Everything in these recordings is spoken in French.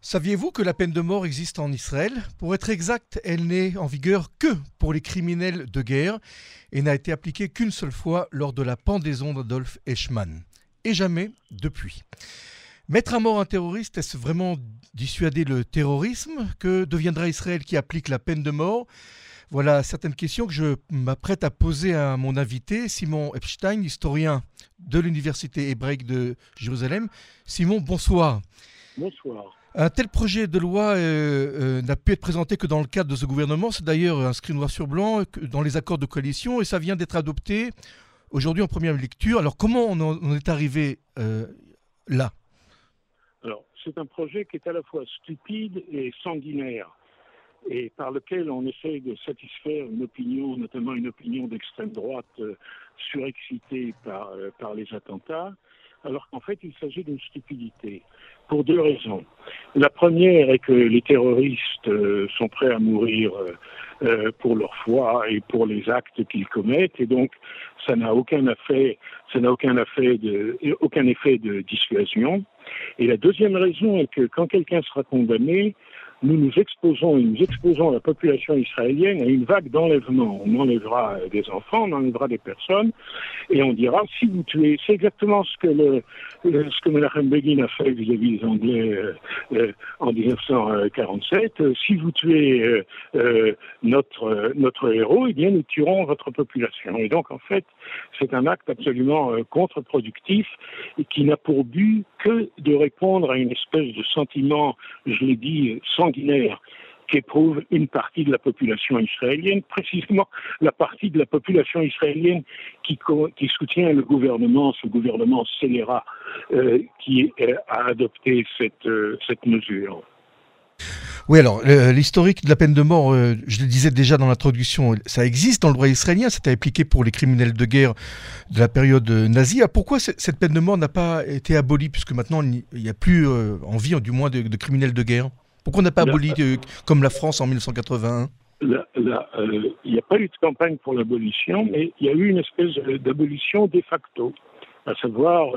Saviez-vous que la peine de mort existe en Israël? Pour être exact, elle n'est en vigueur que pour les criminels de guerre et n'a été appliquée qu'une seule fois lors de la pendaison d'Adolf Eichmann. Et jamais depuis. Mettre à mort un terroriste, est-ce vraiment dissuader le terrorisme? Que deviendra Israël qui applique la peine de mort? Voilà certaines questions que je m'apprête à poser à mon invité, Simon Epstein, historien de l'Université hébraïque de Jérusalem. Simon, bonsoir. Bonsoir. Un tel projet de loi n'a pu être présenté que dans le cadre de ce gouvernement. C'est d'ailleurs inscrit noir sur blanc dans les accords de coalition et ça vient d'être adopté aujourd'hui en première lecture. Alors comment on en est arrivé là? Alors, c'est un projet qui est à la fois stupide et sanguinaire et par lequel on essaye de satisfaire une opinion, notamment une opinion d'extrême droite surexcitée par les attentats, alors qu'en fait il s'agit d'une stupidité, pour deux raisons. La première est que les terroristes sont prêts à mourir pour leur foi et pour les actes qu'ils commettent, et donc ça n'a aucun effet de dissuasion. Et la deuxième raison est que quand quelqu'un sera condamné, nous exposons la population israélienne à une vague d'enlèvement. On enlèvera des enfants, on enlèvera des personnes, et on dira, si vous tuez, c'est exactement ce que Menachem Begin a fait vis-à-vis des Anglais en 1947, si vous tuez notre héros, eh bien nous tuerons votre population. Et donc en fait, c'est un acte absolument contre-productif et qui n'a pour but que de répondre à une espèce de sentiment, je l'ai dit, sanguinaire qu'éprouve une partie de la population israélienne, précisément la partie de la population israélienne qui soutient le gouvernement, ce gouvernement scélérat qui a adopté cette mesure. Oui, alors, l'historique de la peine de mort, je le disais déjà dans l'introduction, ça existe dans le droit israélien, c'était appliqué pour les criminels de guerre de la période nazie. Alors, pourquoi cette peine de mort n'a pas été abolie, puisque maintenant il n'y a plus en vie, du moins, de criminels de guerre? Pourquoi on n'a pas aboli comme la France en 1981? Il n'y a pas eu de campagne pour l'abolition, mais il y a eu une espèce d'abolition de facto, à savoir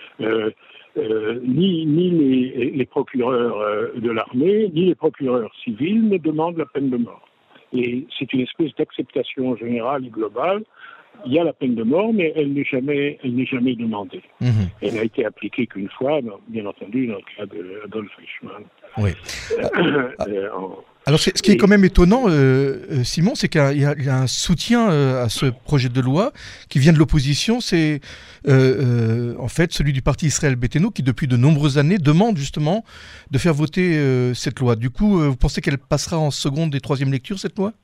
ni les procureurs de l'armée, ni les procureurs civils ne demandent la peine de mort. Et c'est une espèce d'acceptation générale et globale. Il y a la peine de mort, mais elle n'est jamais demandée. Mmh. Elle n'a été appliquée qu'une fois, bien entendu, dans le cas d'Adolf Eichmann. Oui. Alors, ce qui est quand même étonnant, Simon, c'est qu'il y a un soutien à ce projet de loi qui vient de l'opposition. C'est en fait celui du parti Israël Beiteinu qui, depuis de nombreuses années, demande justement de faire voter cette loi. Du coup, vous pensez qu'elle passera en seconde et troisième lecture, cette loi?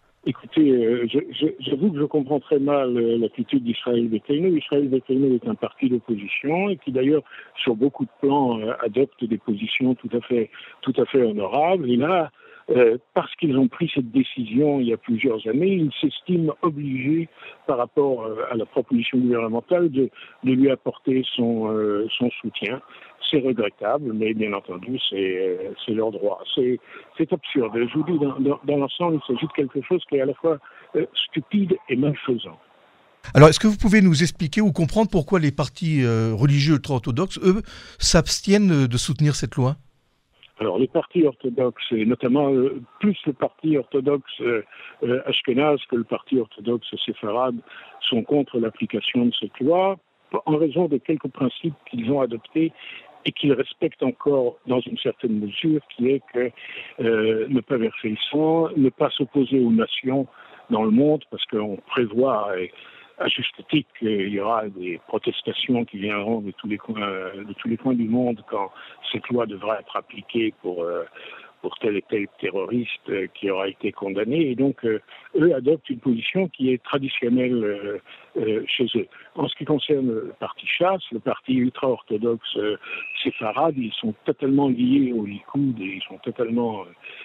Écoutez, j'avoue que je comprends très mal l'attitude d'Israël Beiteinu. Israël Beiteinu est un parti d'opposition et qui d'ailleurs, sur beaucoup de plans, adopte des positions tout à fait honorables. Et là, parce qu'ils ont pris cette décision il y a plusieurs années, ils s'estiment obligés, par rapport à la proposition gouvernementale, de lui apporter son soutien. C'est regrettable, mais bien entendu, c'est leur droit. C'est absurde. Je vous dis, dans l'ensemble, il s'agit de quelque chose qui est à la fois stupide et malfaisant. Alors, est-ce que vous pouvez nous expliquer ou comprendre pourquoi les partis religieux ultra-orthodoxes, eux, s'abstiennent de soutenir cette loi? Alors, les partis orthodoxes, et notamment plus le parti orthodoxe ashkénaze que le parti orthodoxe séfarade, sont contre l'application de cette loi en raison de quelques principes qu'ils ont adoptés et qu'ils respectent encore dans une certaine mesure, qui est que ne pas verser le sang, ne pas s'opposer aux nations dans le monde, parce qu'on prévoit, à juste titre, qu'il y aura des protestations qui viendront de tous les coins du monde quand cette loi devra être appliquée pour tel et tel terroriste qui aura été condamné. Et donc, eux adoptent une position qui est traditionnelle chez eux. En ce qui concerne le parti Chasse, le parti ultra-orthodoxe séfarade, ils sont totalement liés au Likoud et ils sont totalement,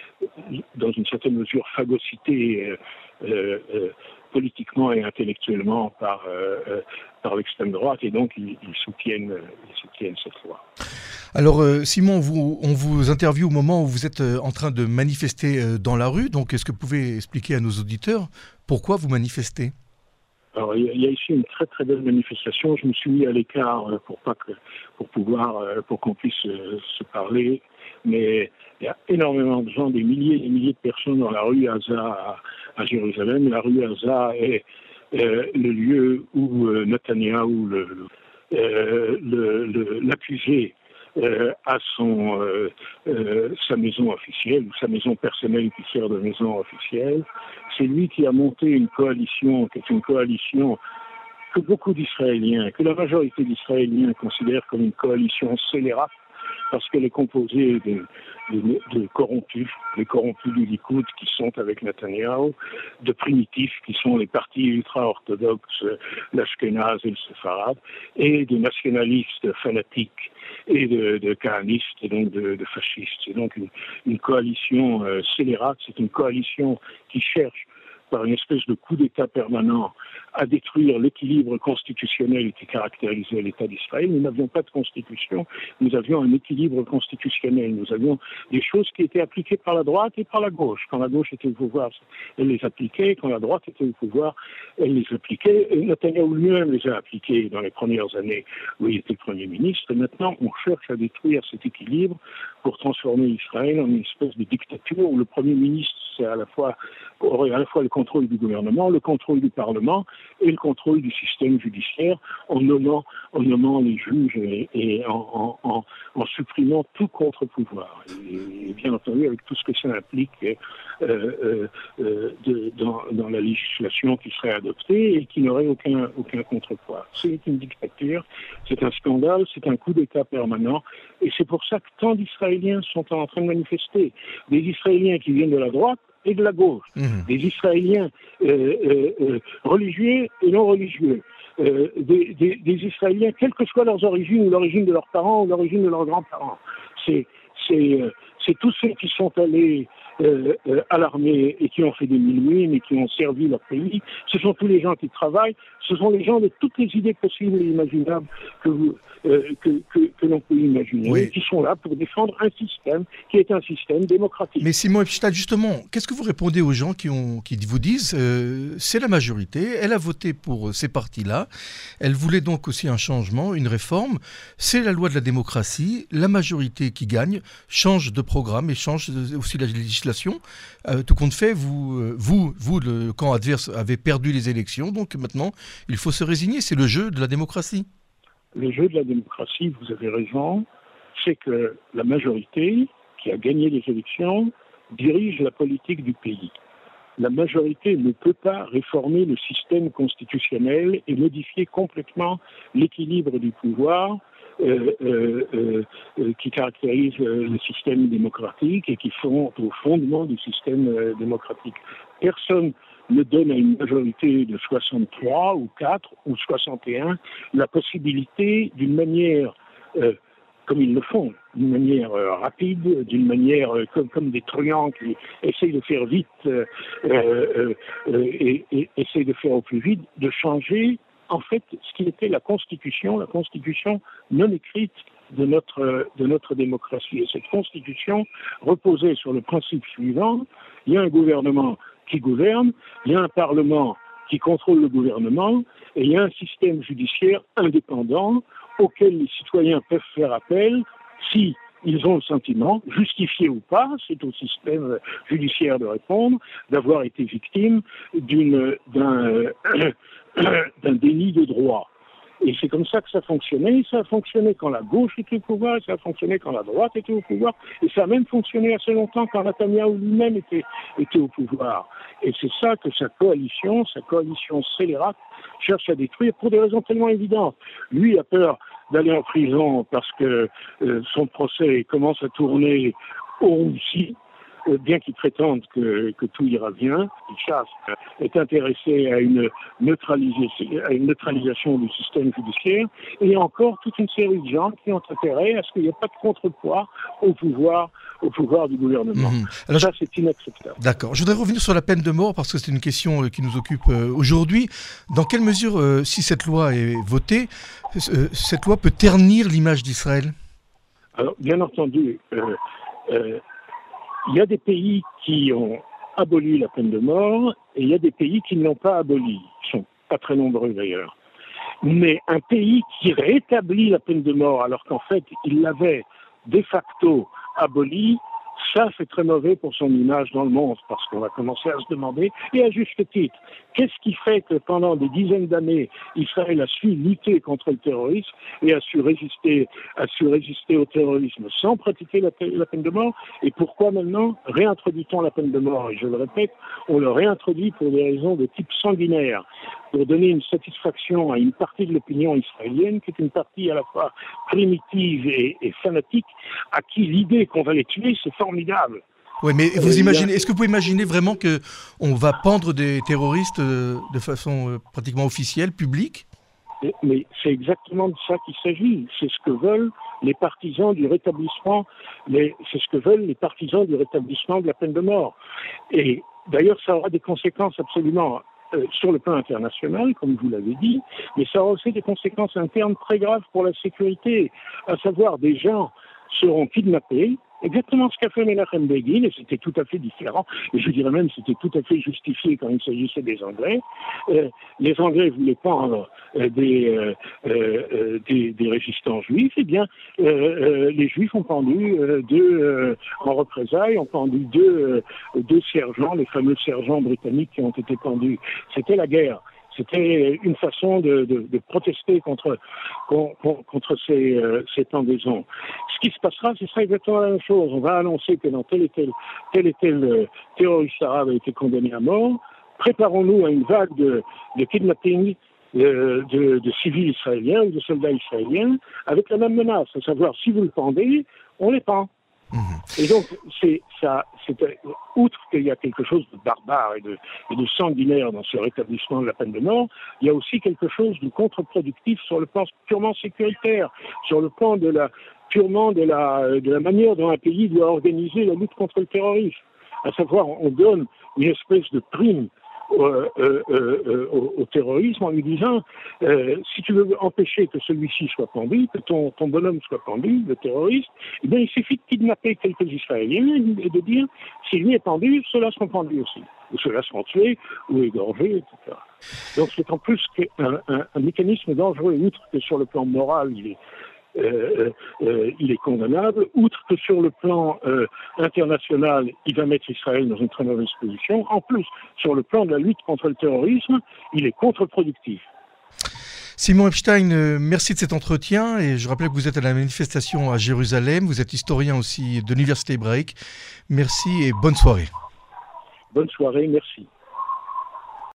dans une certaine mesure, phagocytés politiquement et intellectuellement par l'extrême droite, et donc ils soutiennent cette loi. Alors Simon, on vous interviewe au moment où vous êtes en train de manifester dans la rue, donc est-ce que vous pouvez expliquer à nos auditeurs pourquoi vous manifestez? Alors, il y a ici une très très belle manifestation. Je me suis mis à l'écart pour qu'on puisse se parler mais il y a énormément de gens, des milliers et des milliers de personnes dans la rue Haza à Jérusalem. La rue Haza est le lieu où Netanyahou, l'accusé, à sa maison officielle, ou sa maison personnelle qui sert de maison officielle. C'est lui qui a monté une coalition, qui est une coalition que beaucoup d'Israéliens, que la majorité d'Israéliens considèrent comme une coalition scélérate, parce qu'elle est composée de corrompus, les corrompus du Likoud qui sont avec Netanyahou, de primitifs qui sont les partis ultra-orthodoxes, l'Ashkenaz et le Sepharad, et de nationalistes fanatiques et de kahanistes et donc de fascistes. C'est donc une coalition scélérate, c'est une coalition qui cherche par une espèce de coup d'État permanent à détruire l'équilibre constitutionnel qui caractérisait l'État d'Israël. Nous n'avions pas de constitution, nous avions un équilibre constitutionnel. Nous avions des choses qui étaient appliquées par la droite et par la gauche. Quand la gauche était au pouvoir, elle les appliquait. Quand la droite était au pouvoir, elle les appliquait. Et Netanyahou lui-même les a appliquées dans les premières années où il était Premier ministre. Et maintenant, on cherche à détruire cet équilibre pour transformer Israël en une espèce de dictature où le Premier ministre aurait à la fois le contrôle du gouvernement, le contrôle du Parlement et le contrôle du système judiciaire en nommant les juges et en supprimant tout contre-pouvoir. Et bien entendu, avec tout ce que ça implique dans la législation qui serait adoptée et qui n'aurait aucun contrepoids. C'est une dictature, c'est un scandale, c'est un coup d'État permanent et c'est pour ça que tant d'Israéliens sont en train de manifester. Des Israéliens qui viennent de la droite et de la gauche, des Israéliens religieux et non religieux, des Israéliens, quelles que soient leurs origines, ou l'origine de leurs parents, ou l'origine de leurs grands-parents. C'est tous ceux qui sont allés à l'armée et qui ont fait des milouïm et qui ont servi leur pays. Ce sont tous les gens qui travaillent. Ce sont les gens de toutes les idées possibles et imaginables que l'on peut imaginer, oui, qui sont là pour défendre un système qui est un système démocratique. Mais Simon Epstein, justement, qu'est-ce que vous répondez aux gens qui vous disent c'est la majorité, elle a voté pour ces partis-là, elle voulait donc aussi un changement, une réforme, c'est la loi de la démocratie, la majorité qui gagne change de programme et change aussi la législation. Tout compte fait, vous, le camp adverse, avez perdu les élections, donc maintenant, il faut se résigner, c'est le jeu de la démocratie. Le jeu de la démocratie, vous avez raison, c'est que la majorité qui a gagné les élections dirige la politique du pays. La majorité ne peut pas réformer le système constitutionnel et modifier complètement l'équilibre du pouvoir qui caractérise le système démocratique et qui sont au fondement du système démocratique. Personne ne donne à une majorité de 63 ou 4 ou 61 la possibilité d'une manière comme ils le font, d'une manière rapide, d'une manière comme des truands qui essayent de faire vite et essayent de faire au plus vite, de changer en fait ce qui était la constitution non écrite de notre démocratie. Et cette constitution reposait sur le principe suivant: il y a un gouvernement qui gouverne, il y a un parlement qui contrôle le gouvernement, et il y a un système judiciaire indépendant auquel les citoyens peuvent faire appel si ils ont le sentiment, justifié ou pas, c'est au système judiciaire de répondre, d'avoir été victime d'un déni de droit. Et c'est comme ça que ça fonctionnait. Ça a fonctionné quand la gauche était au pouvoir, et ça a fonctionné quand la droite était au pouvoir, et ça a même fonctionné assez longtemps quand Netanyahou lui-même était au pouvoir. Et c'est ça que sa coalition scélérate, cherche à détruire pour des raisons tellement évidentes. Lui a peur d'aller en prison parce que son procès commence à tourner au roussi, bien qu'il prétende que tout ira bien. Chasse est intéressé à une neutralisation du système judiciaire, et il y a encore toute une série de gens qui ont intérêt à ce qu'il n'y ait pas de contrepoids au pouvoir du gouvernement. Alors, ça, c'est inacceptable. D'accord. Je voudrais revenir sur la peine de mort parce que c'est une question qui nous occupe aujourd'hui. Dans quelle mesure, si cette loi est votée, cette loi peut ternir l'image d'Israël ? Alors, bien entendu, il y a des pays qui ont aboli la peine de mort et il y a des pays qui ne l'ont pas abolie. Ils ne sont pas très nombreux d'ailleurs. Mais un pays qui rétablit la peine de mort alors qu'en fait il l'avait de facto aboli, ça c'est très mauvais pour son image dans le monde, parce qu'on va commencer à se demander, et à juste titre, qu'est-ce qui fait que pendant des dizaines d'années, Israël a su lutter contre le terrorisme et a su résister au terrorisme sans pratiquer la peine de mort, et pourquoi maintenant réintroduit-on la peine de mort? Et je le répète, on le réintroduit pour des raisons de type sanguinaire, pour donner une satisfaction à une partie de l'opinion israélienne, qui est une partie à la fois primitive et fanatique, à qui l'idée qu'on va les tuer, c'est formidable. Oui, mais vous imaginez, est-ce que vous pouvez imaginer vraiment qu'on va pendre des terroristes de façon pratiquement officielle, publique? Mais c'est exactement de ça qu'il s'agit. C'est ce que veulent les partisans du rétablissement, c'est ce que veulent les partisans du rétablissement de la peine de mort. Et d'ailleurs, ça aura des conséquences absolument sur le plan international, comme vous l'avez dit, mais ça aura aussi des conséquences internes très graves pour la sécurité, à savoir des gens seront kidnappés, exactement ce qu'a fait Menachem Begin, et c'était tout à fait différent, et je dirais même c'était tout à fait justifié quand il s'agissait des Anglais. Les Anglais voulaient pendre des résistants juifs, et bien les Juifs ont pendu en représailles, ont pendu deux sergents, les fameux sergents britanniques qui ont été pendus. C'était la guerre. C'était une façon de protester contre ces pendaisons. Ce qui se passera, ce sera exactement la même chose. On va annoncer que dans tel et tel terroriste arabe a été condamné à mort. Préparons-nous à une vague de kidnapping de civils israéliens ou de soldats israéliens avec la même menace, à savoir si vous le pendez, on les pend. Et donc, outre qu'il y a quelque chose de barbare et de sanguinaire dans ce rétablissement de la peine de mort, il y a aussi quelque chose de contre-productif sur le plan purement sécuritaire, sur le plan de la manière dont un pays doit organiser la lutte contre le terrorisme. À savoir, on donne une espèce de prime au terrorisme en lui disant si tu veux empêcher que celui-ci soit pendu, que ton bonhomme soit pendu, le terroriste, eh bien il suffit de kidnapper quelques Israéliens et de dire si lui est pendu, ceux-là seront pendus aussi, ou ceux-là seront tués ou égorgés, etc. Donc c'est en plus un mécanisme dangereux, outre que sur le plan moral il est condamnable, outre que sur le plan international, il va mettre Israël dans une très mauvaise position. En plus, sur le plan de la lutte contre le terrorisme, il est contre-productif. Simon Epstein, merci de cet entretien, et je rappelle que vous êtes à la manifestation à Jérusalem, vous êtes historien aussi de l'Université hébraïque. Merci et bonne soirée. Bonne soirée, merci.